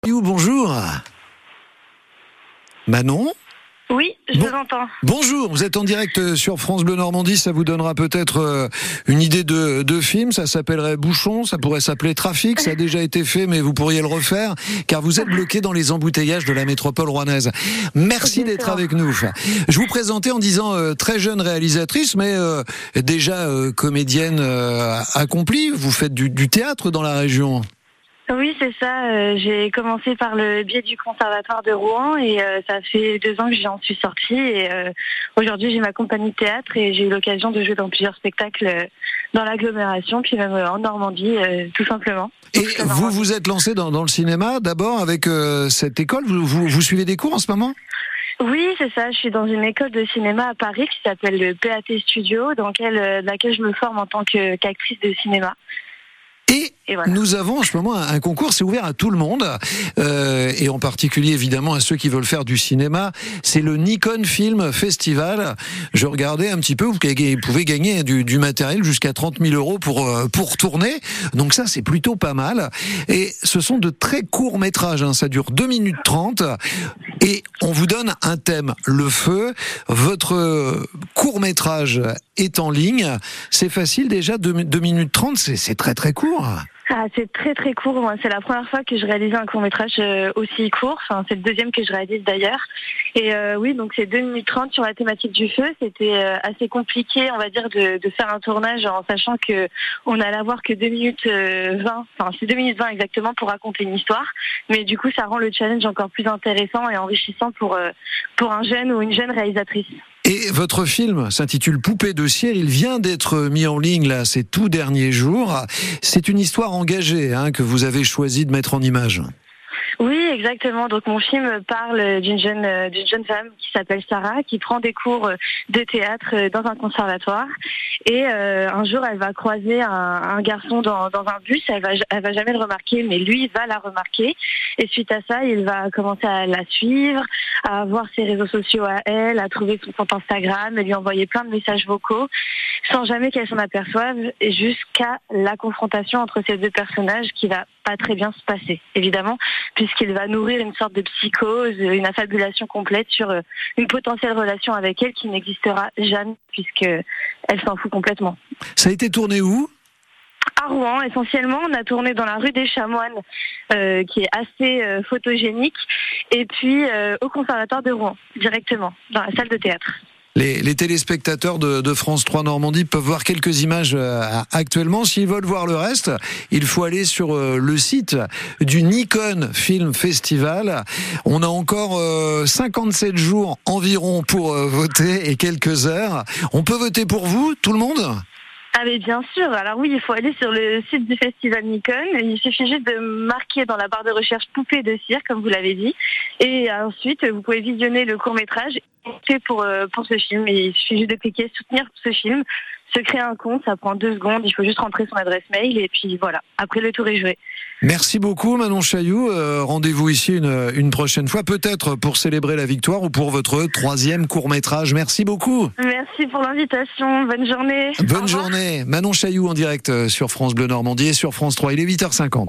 Bonjour. Manon ? Oui, je vous entends. Bonjour, vous êtes en direct sur France Bleu Normandie, ça vous donnera peut-être une idée de film, ça s'appellerait Bouchon, ça pourrait s'appeler Trafic, ça a déjà été fait mais vous pourriez le refaire car vous êtes bloqué dans les embouteillages de la métropole rouennaise. Merci d'être avec nous. Je vous présentais en disant très jeune réalisatrice mais déjà comédienne accomplie, vous faites du théâtre dans la région. Oui, c'est ça. J'ai commencé par le biais du conservatoire de Rouen et ça fait 2 ans que j'en suis sortie. Et aujourd'hui, j'ai ma compagnie de théâtre et j'ai eu l'occasion de jouer dans plusieurs spectacles dans l'agglomération, puis même en Normandie, tout simplement. Et vous vous êtes lancé dans le cinéma d'abord avec cette école. Vous suivez des cours en ce moment ? Oui, c'est ça. Je suis dans une école de cinéma à Paris qui s'appelle le PAT Studio, dans laquelle je me forme en tant qu'actrice de cinéma. Et voilà. Nous avons en ce moment un concours, c'est ouvert à tout le monde, et en particulier évidemment à ceux qui veulent faire du cinéma. C'est le Nikon Film Festival. Je regardais un petit peu, vous pouvez gagner du matériel jusqu'à 30 000 euros pour tourner. Donc ça, c'est plutôt pas mal. Et ce sont de très courts métrages, hein. Ça dure 2 minutes 30. Et on vous donne un thème, le feu. Votre court métrage est en ligne. C'est facile déjà, 2 minutes 30, c'est très très court. Ah, c'est très très court. Moi, c'est la première fois que je réalise un court-métrage aussi court. Enfin, c'est le deuxième que je réalise d'ailleurs. Et oui, donc c'est 2 minutes 30 sur la thématique du feu. C'était assez compliqué, on va dire, de faire un tournage en sachant que on allait avoir que 2 minutes 20. Enfin, c'est 2 minutes 20 exactement pour raconter une histoire. Mais du coup, ça rend le challenge encore plus intéressant et enrichissant pour un jeune ou une jeune réalisatrice. Et votre film s'intitule Poupée de cire, il vient d'être mis en ligne là ces tout derniers jours. C'est une histoire engagée que vous avez choisi de mettre en image. Oui, exactement. Donc mon film parle d'une jeune femme qui s'appelle Sarah, qui prend des cours de théâtre dans un conservatoire. Et un jour, elle va croiser un garçon dans un bus. Elle va jamais le remarquer, mais lui va la remarquer. Et suite à ça, il va commencer à la suivre, à voir ses réseaux sociaux à elle, à trouver son compte Instagram, et lui envoyer plein de messages vocaux, sans jamais qu'elle s'en aperçoive, jusqu'à la confrontation entre ces deux personnages qui va pas très bien se passer, évidemment, puisqu'il va nourrir une sorte de psychose, une affabulation complète sur une potentielle relation avec elle qui n'existera jamais, puisqu'elle s'en fout complètement. Ça a été tourné où ? À Rouen, essentiellement. On a tourné dans la rue des Chamoines, qui est assez photogénique, et puis au conservatoire de Rouen, directement, dans la salle de théâtre. Les téléspectateurs de France 3 Normandie peuvent voir quelques images actuellement. S'ils veulent voir le reste, il faut aller sur le site du Nikon Film Festival. On a encore 57 jours environ pour voter et quelques heures. On peut voter pour vous, tout le monde ? Ah mais bien sûr, alors oui, il faut aller sur le site du festival Nikon, il suffit juste de marquer dans la barre de recherche Poupée de cire, comme vous l'avez dit, et ensuite vous pouvez visionner le court-métrage et pour ce film, et il suffit juste de cliquer soutenir ce film, se créer un compte, ça prend 2 secondes, il faut juste rentrer son adresse mail et puis voilà, après le tour est joué. Merci beaucoup Manon Chailloux, rendez-vous ici une prochaine fois, peut-être pour célébrer la victoire ou pour votre 3e court-métrage. Merci beaucoup. Merci pour l'invitation, bonne journée. Bonne journée. Manon Chailloux en direct sur France Bleu Normandie et sur France 3, il est 8h50.